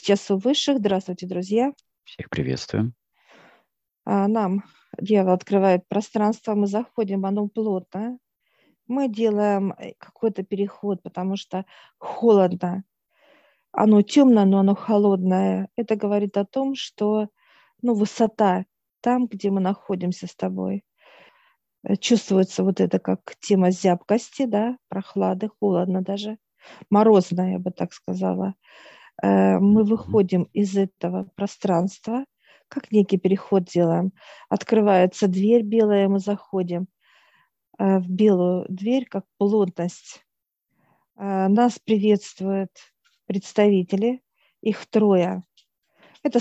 Часу высших. Здравствуйте, друзья. Всех приветствуем. Нам дьявол открывает пространство, мы заходим, оно плотно. Мы делаем какой-то переход, потому что холодно. Оно темно, но оно холодное. Это говорит о том, что высота там, где мы находимся с тобой. Чувствуется вот это как тема зябкости, да, прохлады, холодно даже. Морозно, я бы так сказала. Мы Мгм. выходим из этого пространства, как некий переход делаем. Открывается дверь белая, мы заходим в белую дверь, как плотность. Нас приветствуют представители, их трое. Это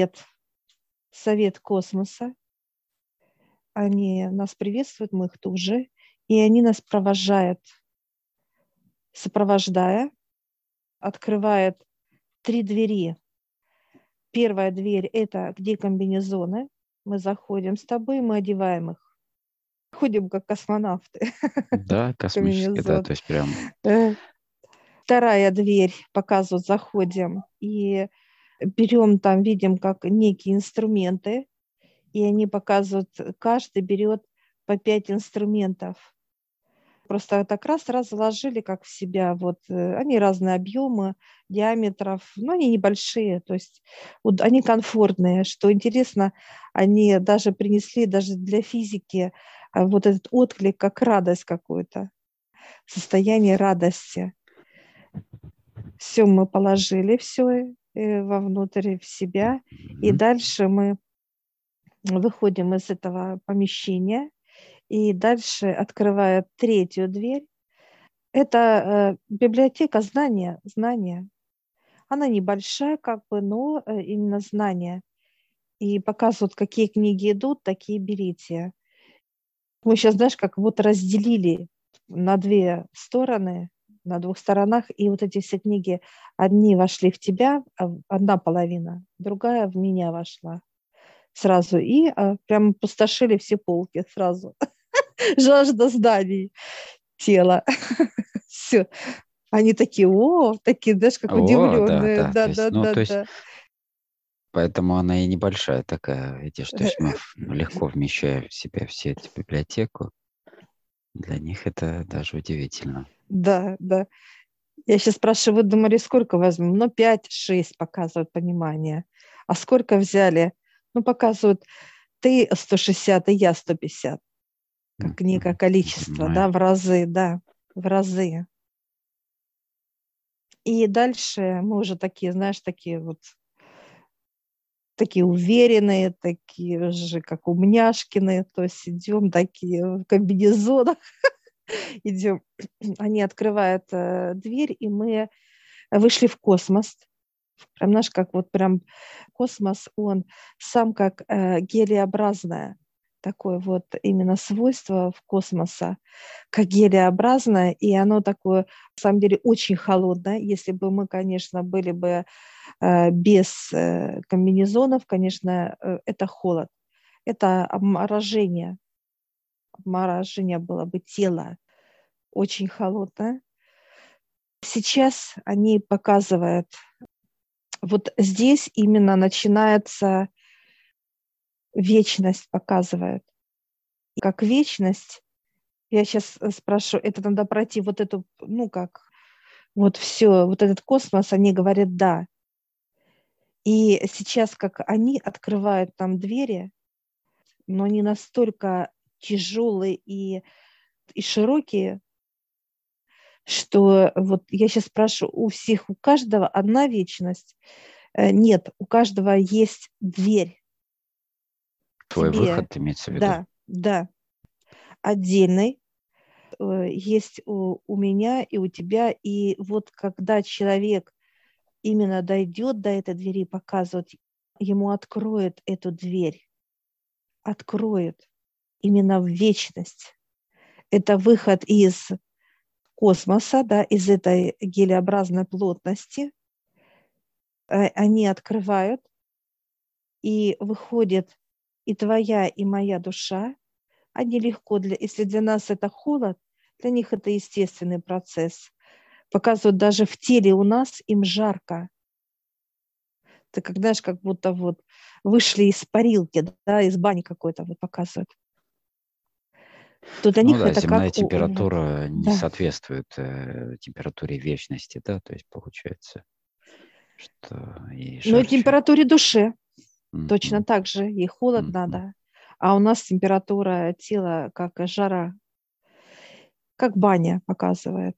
совет космоса. Они нас приветствуют, мы их тоже, и они нас провожают, сопровождая, открывают 3 двери. Первая дверь – это где комбинезоны. Мы заходим с тобой, мы одеваем их. Ходим как космонавты. Да, космически, да, Комбинезон. то есть прям, Э, Вторая дверь, показывают, заходим и берем там, видим, как некие инструменты, и они показывают, каждый берет по 5 инструментов. Просто так раз заложили, как в себя. Вот они разные объемы, диаметров, но они небольшие, то есть вот они комфортные. Что интересно, они даже принесли даже для физики вот этот отклик, как радость какую-то, состояние радости. Все мы положили, все вовнутрь в себя, и мгм. дальше мы выходим из этого помещения, и дальше открывая третью дверь. Это библиотека знания. Она небольшая, как бы, но именно знания. И показывают, какие книги идут, такие берите. Мы сейчас, знаешь, как вот разделили на 2 стороны, на 2 сторонах, и вот эти все книги, одни вошли в тебя, одна половина, другая в меня вошла сразу. И прям опустошили все полки сразу. Жажда знаний тела. Все. Они такие, такие, знаешь, как О, да, удивленные. да, Да, то есть, да, ну, да, то есть, да. поэтому она и небольшая такая, видишь, то есть мы легко вмещаем в себя все эти библиотеку. Для них это даже удивительно. Да, да. Я сейчас спрашиваю, вы думали, сколько возьмем? Ну, 5-6 показывают понимание. А сколько взяли? Ну, показывают, ты 160 и я 150. Как некое Мгм. количество, Понимаю. да, в разы, да, в разы. И дальше мы уже такие, знаешь, такие вот, такие уверенные, такие же, как умняшкины, то есть идем такие в комбинезонах, идем, они открывают дверь, и мы вышли в космос. Прям, знаешь, как вот прям космос, он сам как гелеобразное, такое вот именно свойство в космоса, как гелеобразное, и оно такое, на самом деле, очень холодное. Если бы мы, конечно, были бы без комбинезонов, конечно, это холод, это обморожение было бы тела очень холодное. Сейчас они показывают, вот здесь именно начинается вечность, показывает. И как вечность, я сейчас спрашиваю, это надо пройти вот эту, как, вот все, вот этот космос, они говорят «да». И сейчас, как они открывают там двери, но они настолько тяжелые и широкие, что вот я сейчас спрашиваю, у всех, у каждого одна вечность? Нет, у каждого есть дверь Твой тебе, выход имеется в виду? да, да, отдельный, есть у меня и у тебя. И вот когда человек именно дойдет до этой двери, показывает, ему откроет эту дверь, откроет именно в вечность. Это выход из космоса, да, из этой гелеобразной плотности. Они открывают, и выходит и твоя, и моя душа. Они легко, если для нас это холод, для них это естественный процесс. Показывают даже в теле у нас, им жарко. Ты как, знаешь, как будто вот вышли из парилки, да, из бани какой-то вот показывают. То для Ну них да, это земная как, вот, температура не да. соответствует температуре вечности, да, то есть получается, что и Ну и жарче. температуре души точно Мгм, так же, ей холодно, мгм. да. А у нас температура тела как жара, как баня показывает.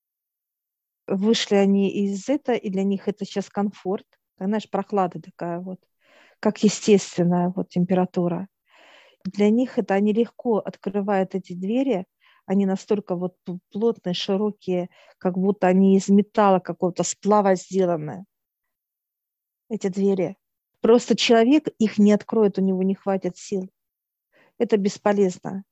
Вышли они из этого, и для них это сейчас комфорт. Знаешь, прохлада такая вот, как естественная вот температура. Для них это они легко открывают эти двери, они настолько вот плотные, широкие, как будто они из металла какого-то сплава сделаны, эти двери. Просто человек их не откроет, у него не хватит сил. Это бесполезно.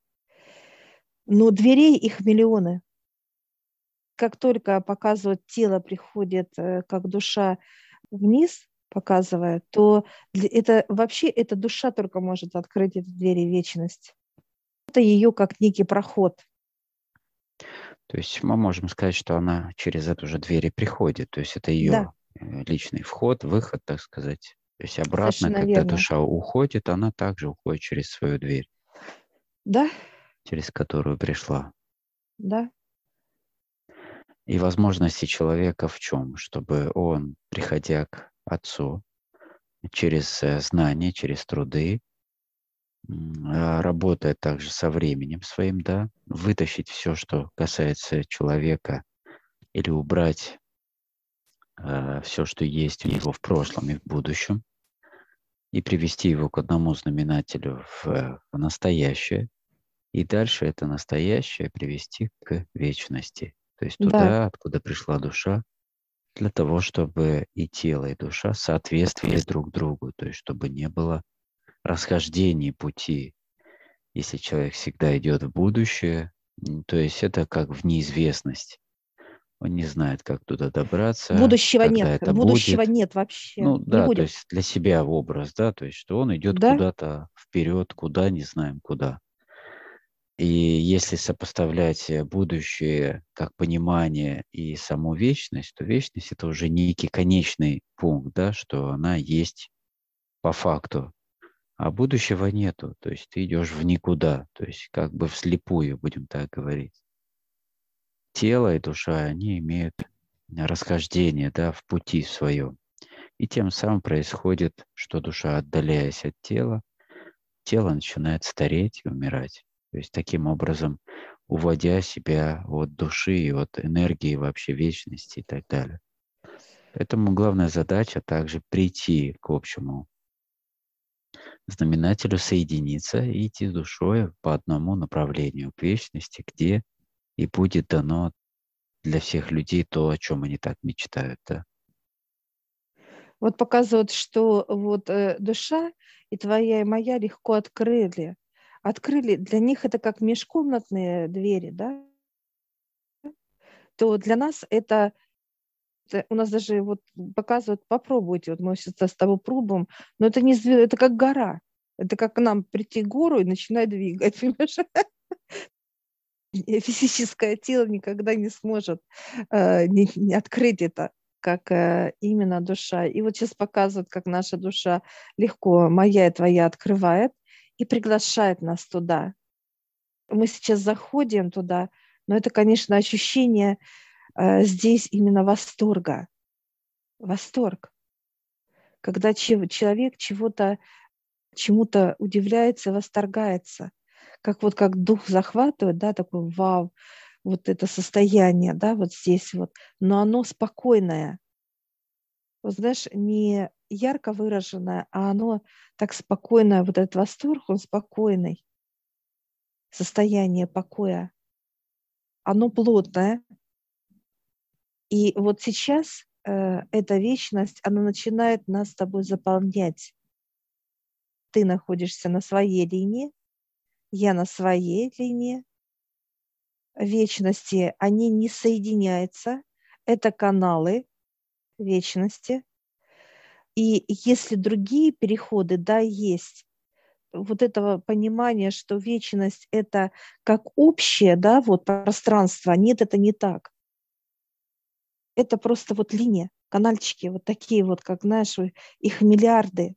Но дверей их миллионы. Как только показывает тело, приходит как душа вниз, показывает, то это вообще эта душа только может открыть эти двери в вечность. Это ее как некий проход. То есть мы можем сказать, что она через эту же дверь и приходит, то есть это Да, ее личный вход, выход, так сказать. То есть обратно, совершенно когда верно. душа уходит, она также уходит через свою дверь, Да, через которую пришла. да, И возможности человека в чем? Чтобы он, приходя к Отцу, через знания, через труды, работая также со временем своим, да, вытащить все, что касается человека, или убрать все, что есть у него в прошлом и в будущем, и привести его к одному знаменателю в настоящее, и дальше это настоящее привести к вечности, то есть да. туда, откуда пришла душа, для того, чтобы и тело, и душа соответствовали друг другу, то есть чтобы не было расхождений пути. Если человек всегда идет в будущее, то есть это как в неизвестность. Он не знает, как туда добраться, Будущего когда нет. это Будущего будет. нет вообще. Ну Не да, то будет. есть для себя образ, да, то есть что он идет Да, куда-то вперед, куда, не знаем куда. И если сопоставлять будущее как понимание и саму вечность, то вечность это уже некий конечный пункт, да, что она есть по факту. А будущего нету, то есть ты идешь в никуда, то есть как бы вслепую, будем так говорить. Тело и душа, они имеют расхождение, да, в пути своем. И тем самым происходит, что душа, отдаляясь от тела, тело начинает стареть и умирать. То есть таким образом, уводя себя от души и от энергии вообще вечности и так далее. Поэтому главная задача также прийти к общему знаменателю, соединиться и идти с душой по одному направлению к вечности, где и будет дано для всех людей то, о чем они так мечтают. Да? вот показывают, что вот душа и твоя, и моя легко открыли. Открыли, для них это как межкомнатные двери, да? То для нас это у нас даже вот показывают, попробуйте, вот мы сейчас с тобой пробуем, но это не звезда, это как гора. Это как к нам прийти в гору и начинать двигать, понимаешь? Физическое тело никогда не сможет не открыть это, как именно душа. И вот сейчас показывают, как наша душа легко, моя и твоя, открывает и приглашает нас туда. Мы сейчас заходим туда, но это, конечно, ощущение здесь именно восторга. Восторг. Когда человек чему-то удивляется, восторгается. Как вот как дух захватывает, да, такой вау, вот это состояние, да, вот здесь вот, но оно спокойное. Вот знаешь, не ярко выраженное, а оно так спокойное, вот этот восторг, он спокойный, состояние покоя. Оно плотное. И вот сейчас эта вечность, она начинает нас с тобой заполнять. Ты находишься на своей линии, я на своей линии вечности, они не соединяются. Это каналы вечности. И если другие переходы, да, есть, вот этого понимания, что вечность – это как общее, да, вот пространство. Нет, это не так. Это просто вот линия. канальчики, вот такие вот, как, знаешь, их миллиарды.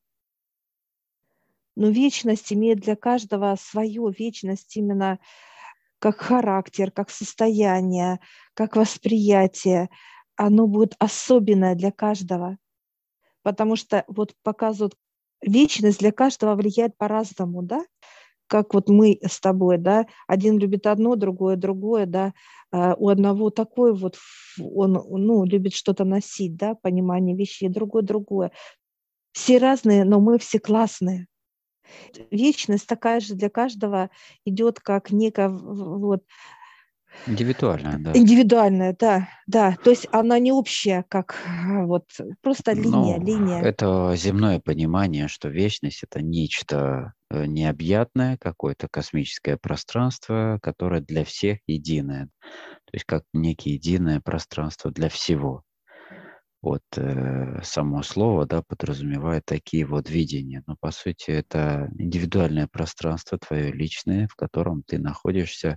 Но вечность имеет для каждого свою вечность именно как характер, как состояние, как восприятие. Оно будет особенное для каждого, потому что вот показывают, вечность для каждого влияет по-разному, да, как вот мы с тобой, да, один любит одно, другое другое, да, у одного такой вот, он, ну, любит что-то носить, да, понимание вещей, другое другое. Все разные, но мы все классные. Вечность такая же для каждого идет как некая вот Индивидуально, да. индивидуальная, да, да. То есть она не общая, как вот просто линия, Ну, линия. это земное понимание, что вечность — это нечто необъятное, какое-то космическое пространство, которое для всех единое. То есть как некое единое пространство для всего. Вот само слово, да, подразумевает такие вот видения. Но по сути это индивидуальное пространство твое личное, в котором ты находишься,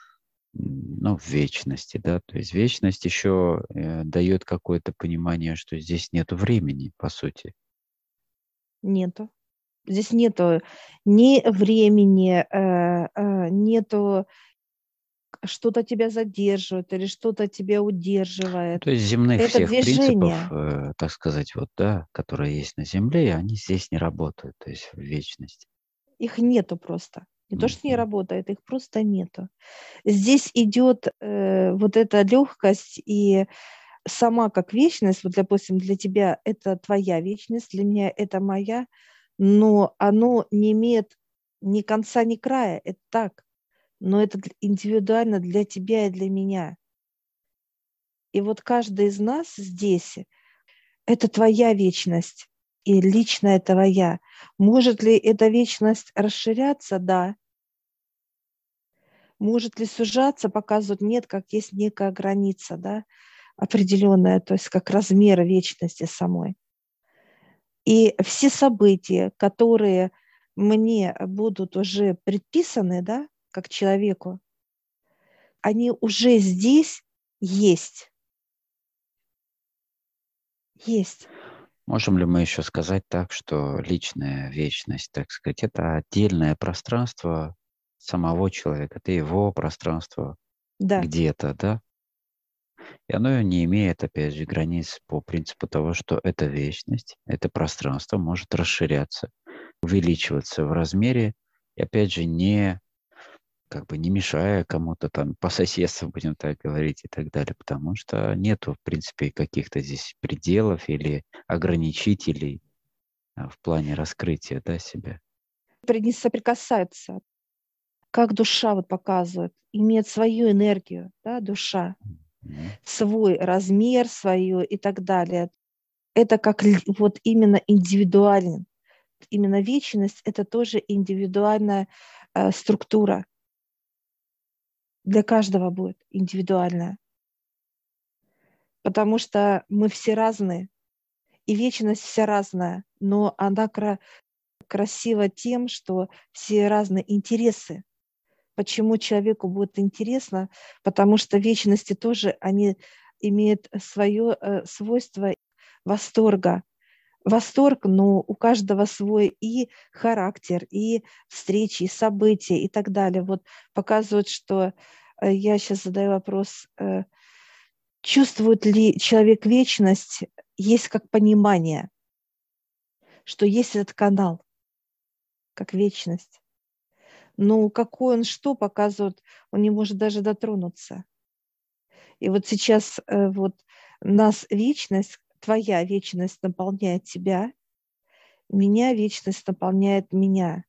ну, в вечности, да. То есть вечность еще дает какое-то понимание, что здесь нету времени, по сути. Нету. Здесь нету ни времени, нету что-то тебя задерживает или что-то тебя удерживает. То есть земных Это всех принципов, движение. так сказать, вот, да, которые есть на Земле, они здесь не работают, то есть в вечности. Их нету просто. Не то, что не Мгм. работает, их просто нету. Здесь идет вот эта легкость и сама как вечность, вот, допустим, для тебя это твоя вечность, для меня это моя, но оно не имеет ни конца, ни края. Это так. Но это индивидуально для тебя и для меня. И вот каждый из нас здесь — это твоя вечность и личная твоя. Может ли эта вечность расширяться? Да. Может ли сужаться? Показывают нет, как есть некая граница, да, определенная, то есть как размер вечности самой. И все события, которые мне будут уже предписаны, да, как человеку, они уже здесь есть. Есть. Можем ли мы еще сказать так, что личная вечность, так сказать, это отдельное пространство самого человека, это его пространство Да. где-то, да? И оно не имеет, опять же, границ по принципу того, что это вечность, это пространство может расширяться, увеличиваться в размере, и опять же, не как бы не мешая кому-то там по соседству, будем так говорить, и так далее, потому что нету, в принципе, каких-то здесь пределов или ограничителей в плане раскрытия, да, себя. Не соприкасаются. Как душа вот показывает, имеет свою энергию, да, душа, Мгм. свой размер, свою и так далее. Это как вот именно индивидуален. Именно вечность — это тоже индивидуальная структура. Для каждого будет индивидуальная. Потому что мы все разные, и вечность вся разная, но она красива тем, что все разные интересы. Почему человеку будет интересно? Потому что вечности тоже, они имеют свое свойство восторга. Восторг, но у каждого свой и характер, и встречи, и события, и так далее. Вот показывают, что я сейчас задаю вопрос, чувствует ли человек вечность, есть как понимание, что есть этот канал, как вечность. Но какой он что показывает, он не может даже дотронуться. И вот сейчас вот нас вечность, твоя вечность наполняет тебя, меня вечность наполняет меня.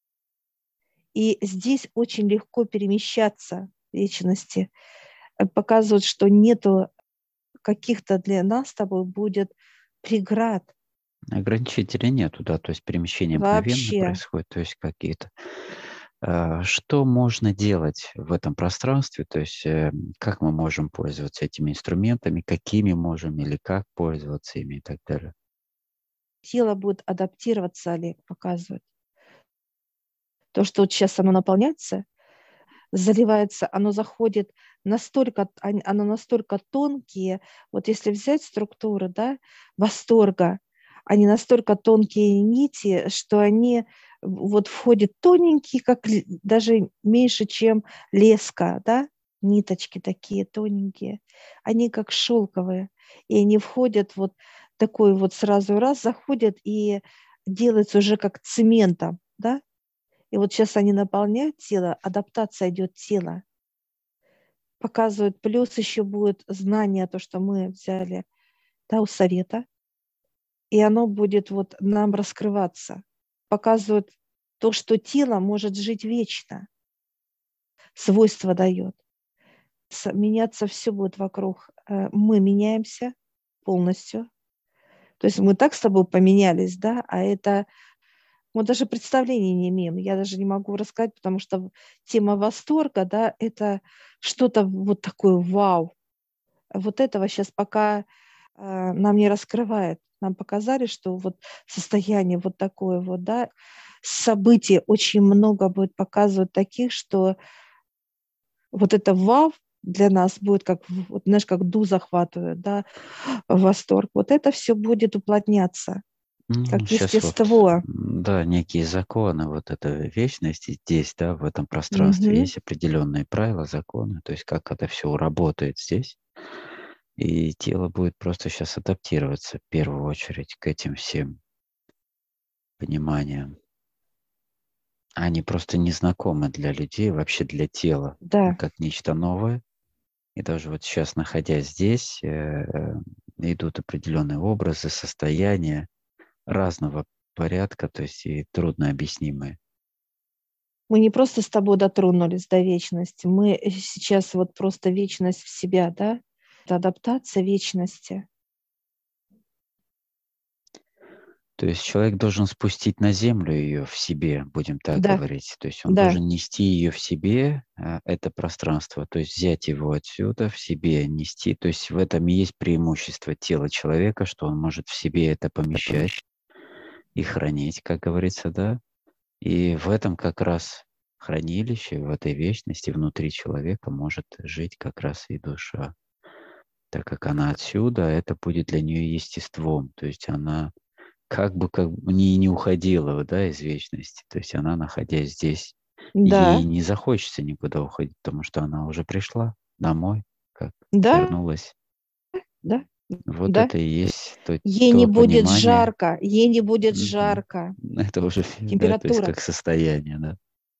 И здесь очень легко перемещаться в вечности. Показывают, что нету каких-то для нас с тобой будет преград Ограничителей нету, да, то есть перемещение мгновенно вообще. происходит, то есть какие-то. Что можно делать в этом пространстве, то есть как мы можем пользоваться этими инструментами, какими можем или как пользоваться ими и так далее. Тело будет адаптироваться, Олег показывает. То, что вот сейчас оно наполняется, заливается, оно заходит настолько, оно настолько тонкие, вот если взять структуры, да, восторга, они настолько тонкие нити, что они вот входят тоненькие, как даже меньше, чем леска, да, ниточки такие тоненькие, они как шелковые, и они входят вот такой вот сразу раз, заходят и делается уже как цементом, да, и вот сейчас они наполняют тело, адаптация идет тела, показывают, плюс еще будет знание, то, что мы взяли, да, у совета, и оно будет вот нам раскрываться, показывают то, что тело может жить вечно, свойства дает. Меняться все будет вокруг. Мы меняемся полностью. То есть мы так с тобой поменялись, да, а это мы даже представления не имеем. Я даже не могу рассказать, потому что тема восторга, да, это что-то вот такое вау. Вот этого сейчас пока нам не раскрывает. Нам показали, что вот состояние вот такое вот, да, событий очень много будет показывать таких, что вот это вау для нас будет как, вот, знаешь, как ду захватывает, да, восторг. Вот это все будет уплотняться, Ну, как сейчас вот, естество. да, некие законы, вот эта вечность и здесь, да, в этом пространстве Мгм. есть определенные правила, законы, то есть как это все работает здесь. И тело будет просто сейчас адаптироваться в первую очередь к этим всем пониманиям. Они просто незнакомы для людей, вообще для тела, Да, как нечто новое. И даже вот сейчас, находясь здесь, идут определенные образы, состояния разного порядка, то есть и трудно объяснимые. мы не просто с тобой дотронулись до вечности, мы сейчас вот просто вечность в себя, да? Это адаптация вечности. То есть человек должен спустить на землю ее в себе, будем так Да, говорить. То есть он да, должен нести ее в себе, это пространство, то есть взять его отсюда, в себе нести. То есть в этом и есть преимущество тела человека, что он может в себе это помещать и хранить, как говорится, да. И в этом как раз хранилище, в этой вечности внутри человека может жить как раз и душа. Так как она отсюда, это будет для нее естеством. То есть она как бы не уходила, да, из вечности. То есть она, находясь здесь, ей да, не захочется никуда уходить, потому что она уже пришла домой, как да, вернулась. да, Вот да. это и есть то, Ей не то будет понимание. жарко, ей не будет Мгм. жарко, Это уже, да, то есть температура. как состояние, да.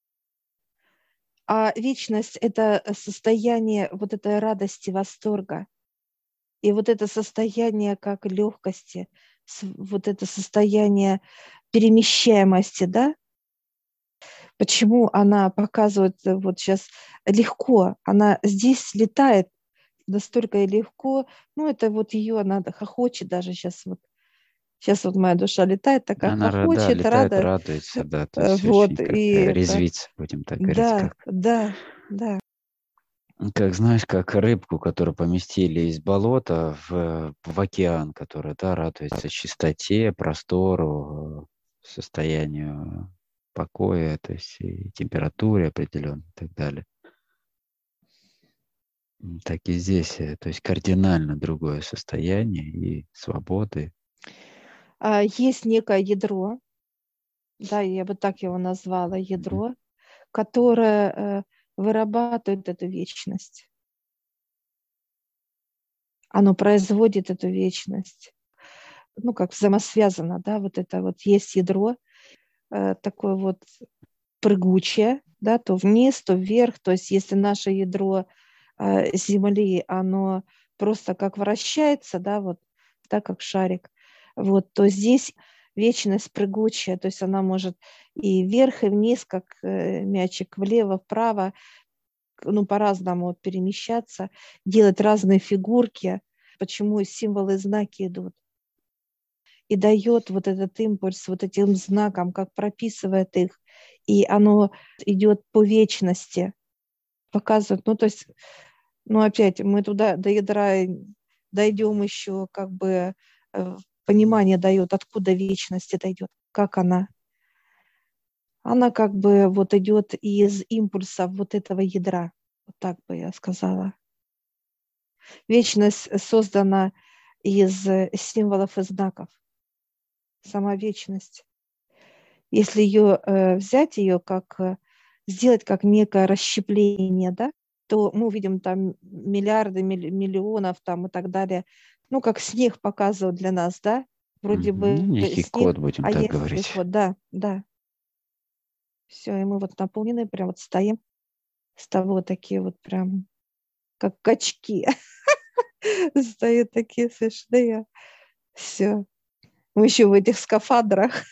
А вечность – это состояние вот этой радости, восторга. И вот это состояние как легкости, вот это состояние перемещаемости, да, почему она показывает вот сейчас легко, она здесь летает настолько и легко, ну это вот ее, она хохочет даже сейчас вот моя душа летает, такая Она, да, хохочет, летает, рада, радуется, да, то есть очень вот, как и это, резвится, будем так говорить, да, да, да, как знаешь, как рыбку, которую поместили из болота в океан, которая, да, радуется чистоте, простору, состоянию покоя, то есть и температуре определенной и так далее. Так и здесь, то есть кардинально другое состояние и свободы. Есть некое ядро, да, я бы так его назвала, Мгм. ядро, которое вырабатывает эту вечность. Оно производит эту вечность. Ну, как взаимосвязано, да, вот это вот есть ядро, такое вот прыгучее, да, то вниз, то вверх. То есть если наше ядро Земли, оно просто как вращается, да, вот, да, как шарик, вот, то здесь вечность прыгучая, то есть она может и вверх, и вниз, как мячик, влево, вправо, ну, по-разному вот перемещаться, делать разные фигурки, почему символы и знаки идут. И дает вот этот импульс вот этим знаком, как прописывает их, и оно идет по вечности, показывает, ну, то есть, ну, опять, мы туда до ядра дойдем еще, как бы, понимание дает, откуда вечность это идет, как она. Она как бы вот идет из импульсов вот этого ядра. Вот так бы я сказала. Вечность создана из символов и знаков. Сама вечность. Если взять ее как сделать как некое расщепление, да, то мы увидим там миллиарды, миллионов там и так далее. Ну, как снег показывают для нас, да, вроде Ну, бы некий снег, код, будем а так есть говорить. исход, да, да. Все, и мы вот наполнены, прям вот стоим с того такие вот прям, как качки, стоят такие смешные. Все. Мы еще в этих скафандрах.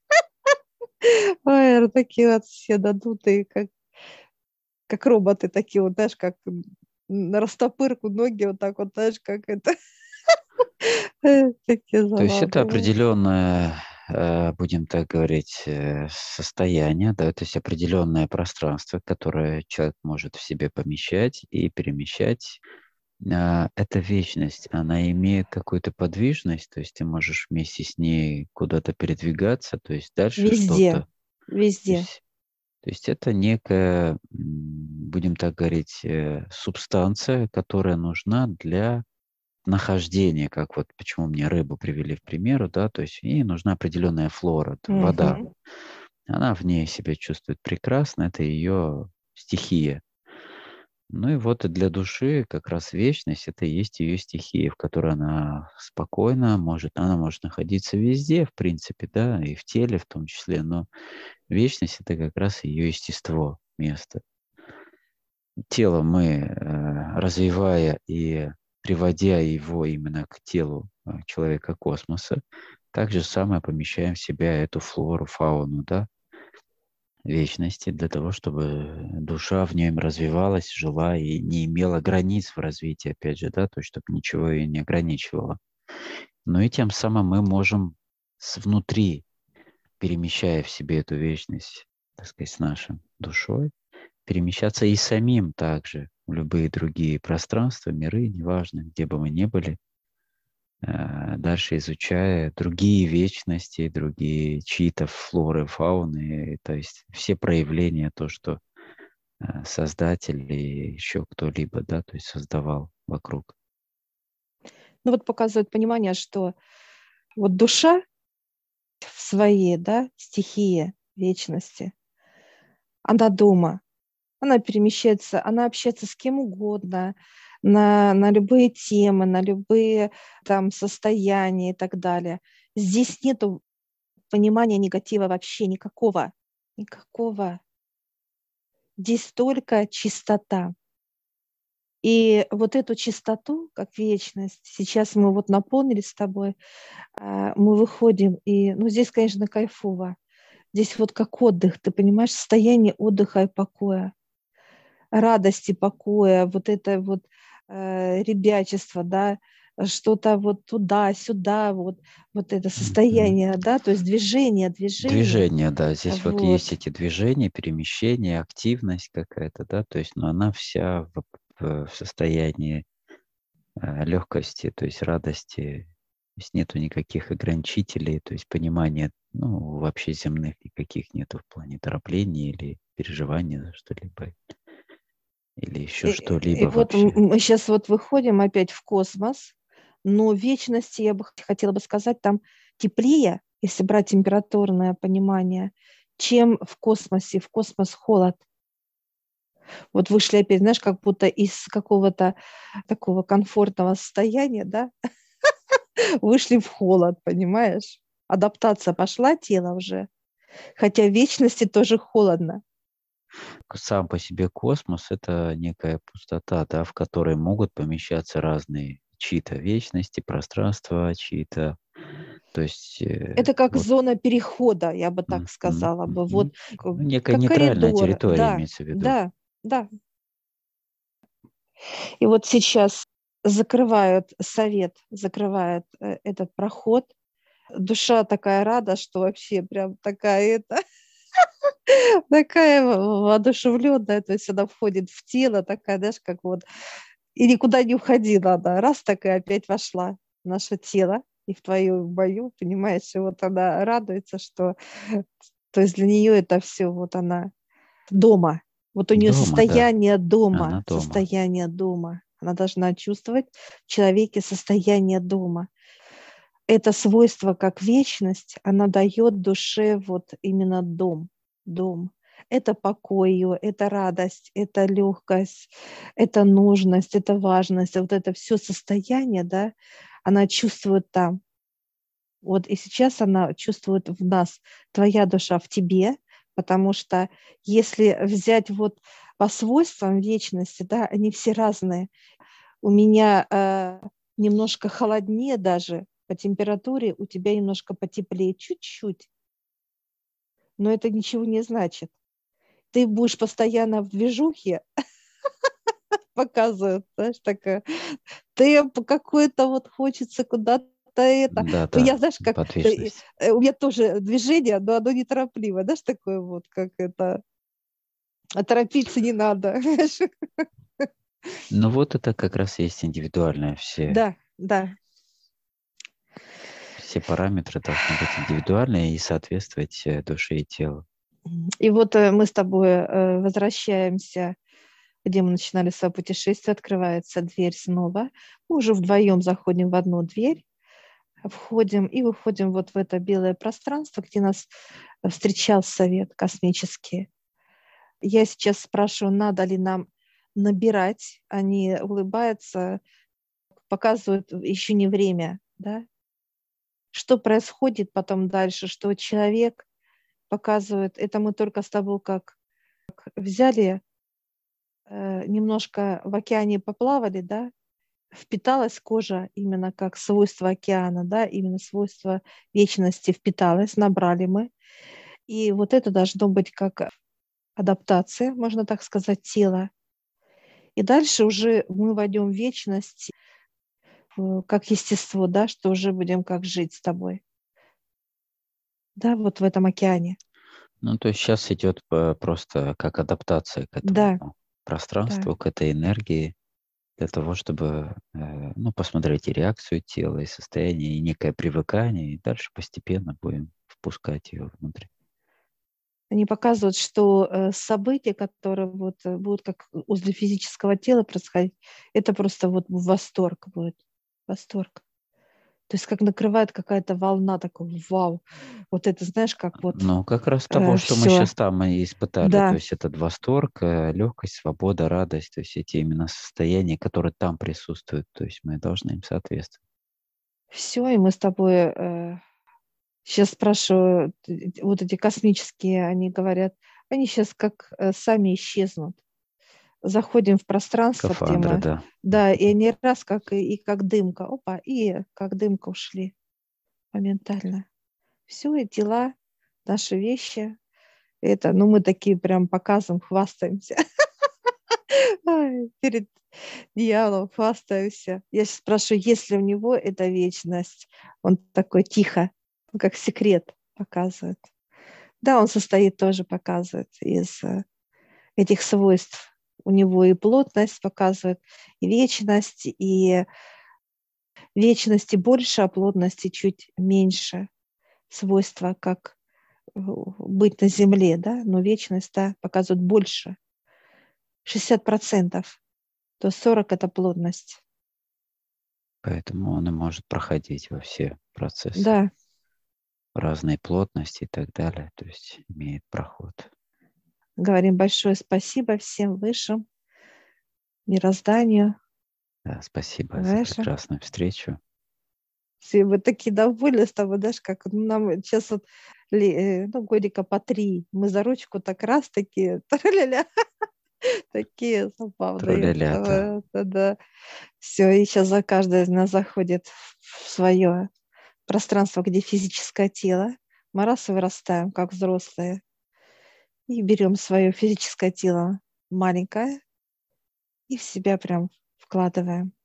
Ой, такие вот все надутые, как роботы такие вот, знаешь, как на растопырку ноги вот так вот, знаешь, как это. Такие То есть это забавные. определенное, будем так говорить, состояние, да, то есть определенное пространство, которое человек может в себе помещать и перемещать. Это вечность, она имеет какую-то подвижность, то есть ты можешь вместе с ней куда-то передвигаться, то есть дальше Везде, что-то. То везде. есть, то есть это некая, будем так говорить, субстанция, которая нужна для нахождения, как вот почему мне рыбу привели в примеру, да, то есть ей нужна определенная флора, это вода. Мгм. Она в ней себя чувствует прекрасно, это ее стихия. Ну и вот и для души как раз вечность — это и есть ее стихия, в которой она спокойно может, она может находиться везде, в принципе, да, и в теле в том числе, но вечность — это как раз ее естество, место. Тело мы, развивая и приводя его именно к телу человека космоса, так же самое помещаем в себя эту флору, фауну, да, вечности для того, чтобы душа в нем развивалась, жила и не имела границ в развитии, опять же, да, то есть чтобы ничего ее не ограничивало. Но и тем самым мы можем внутри, перемещая в себе эту вечность, так сказать, с нашей душой, перемещаться и самим также в любые другие пространства, миры, неважно, где бы мы ни были, дальше изучая другие вечности, другие чьи-то флоры, фауны, то есть все проявления, то, что Создатель или еще кто-либо, да, то есть создавал вокруг. Ну вот показывает понимание, что вот душа в своей, да, стихии вечности, она дома, она перемещается, она общается с кем угодно, на любые темы, на любые там состояния и так далее. Здесь нету понимания негатива вообще никакого. Никакого. Здесь только чистота. И вот эту чистоту, как вечность, сейчас мы вот наполнили с тобой, мы выходим, и, ну, здесь, конечно, кайфово. Здесь вот как отдых, ты понимаешь, состояние отдыха и покоя, радости, покоя, вот это вот ребячество, да, что-то вот туда-сюда, вот это Мгм. состояние, да, то есть движение, Движение, да, здесь вот есть вот. эти движения, перемещения, активность какая-то, да, то есть, но она вся в состоянии легкости, то есть радости, то есть нету никаких ограничителей, то есть понимания, ну, вообще земных никаких нету в плане торопления или переживания за что-либо, или еще И что-либо вот вообще. мы сейчас вот выходим опять в космос, но в вечности, я бы хотела бы сказать, там теплее, если брать температурное понимание, чем в космосе. В космос холод. Вот вышли опять, знаешь, как будто из какого-то такого комфортного состояния, да, вышли в холод, понимаешь? Адаптация пошла, тело уже. Хотя в вечности тоже холодно. Сам по себе космос — это некая пустота, да, в которой могут помещаться разные чьи-то вечности, пространства, чьи-то, то есть Это как вот зона перехода, я бы так мгм, сказала бы. Вот мгм. Ну, некая как нейтральная коридор, территория да, имеется в виду. да, да. И вот сейчас закрывают совет, закрывают этот проход. Душа такая рада, что вообще прям такая такая воодушевленная, то есть она входит в тело, такая, знаешь, как вот, и никуда не уходила она, раз такая опять вошла в наше тело, и в твою, и в мою, понимаешь, и вот она радуется, что То есть для нее это все вот она дома. Вот у нее Дома, да. дома, Она дома. состояние дома. Она должна чувствовать в человеке состояние дома. Это свойство, как вечность, она дает душе вот именно дом. Это покой ее, это радость, это легкость, это нужность, это важность. Вот это все состояние, да, она чувствует там. Вот и сейчас она чувствует в нас, твоя душа в тебе, потому что если взять вот по свойствам вечности, да, они все разные. У меня немножко холоднее даже по температуре, у тебя немножко потеплее, чуть-чуть, но это ничего не значит. Ты будешь постоянно в движухе, показывают, знаешь, такая, темп какой-то вот хочется куда-то это. Да, Ну, я, да, знаешь, как, подвижность. у меня тоже движение, но оно неторопливое, знаешь, такое вот, как это, а торопиться не надо. Ну вот это как раз есть индивидуальное. Все, Да, да. все параметры должны быть индивидуальные и соответствовать душе и телу. И вот мы с тобой возвращаемся, где мы начинали свое путешествие, открывается дверь снова. Мы уже вдвоем заходим в одну дверь, входим и выходим вот в это белое пространство, где нас встречал совет космический. Я сейчас спрашиваю, надо ли нам набирать. Они улыбаются, показывают еще не время, да? Что происходит потом дальше, что человек показывает, это мы только с тобой как взяли, немножко в океане поплавали, да, впиталась кожа именно как свойство океана, да, именно свойство вечности впиталось, набрали мы. И вот это должно быть как адаптация, можно так сказать, тела. И дальше уже мы войдем в вечность, как естество, да, что уже будем как жить с тобой, да, вот в этом океане. Ну, то есть сейчас идет просто как адаптация к этому Да, да. пространству, к этой энергии, для того, чтобы ну, посмотреть и реакцию тела, и состояние, и некое привыкание, и дальше постепенно будем впускать ее внутрь. Они показывают, что события, которые вот будут как возле физического тела происходить, это просто вот восторг будет, восторг. То есть как накрывает какая-то волна, такой вау. Вот это, знаешь, как вот Ну, как раз того, что мы все. сейчас там и испытали, то Да, есть этот восторг, легкость, свобода, радость, то есть эти именно состояния, которые там присутствуют, то есть мы должны им соответствовать. все, и мы с тобой сейчас спрашиваю, вот эти космические, они говорят, они сейчас как сами исчезнут. Заходим в пространство, где Скафандры, мы, да. да, и они раз как и как дымка, опа, и как дымка ушли моментально. Все, и тела, наши вещи, это, ну, мы такие прям показываем, хвастаемся. Ай, перед дьяволом хвастаемся. Я сейчас спрашиваю, есть ли у него эта вечность? Он такой тихо, ну, как секрет показывает. Да, он состоит тоже, показывает из этих свойств. У него и плотность показывает, и вечности больше, а плотности чуть меньше. Свойства, как быть на земле, да, но вечность, да, показывает больше. 60%, то 40% это плотность. Поэтому он и может проходить во все процессы, Да, разной плотности и так далее, то есть имеет проход. говорим большое спасибо всем высшим, мирозданию, Да, спасибо за выше. прекрасную встречу. Все мы такие довольны с тобой, знаешь, как нам сейчас вот, ну, годика по 3, мы за ручку так раз такие, такие забавные. Труля-лята. Да. Все, и сейчас за каждая из нас заходит в свое пространство, где физическое тело. Мы раз и вырастаем, как взрослые, и берем свое физическое тело маленькое и в себя прям вкладываем.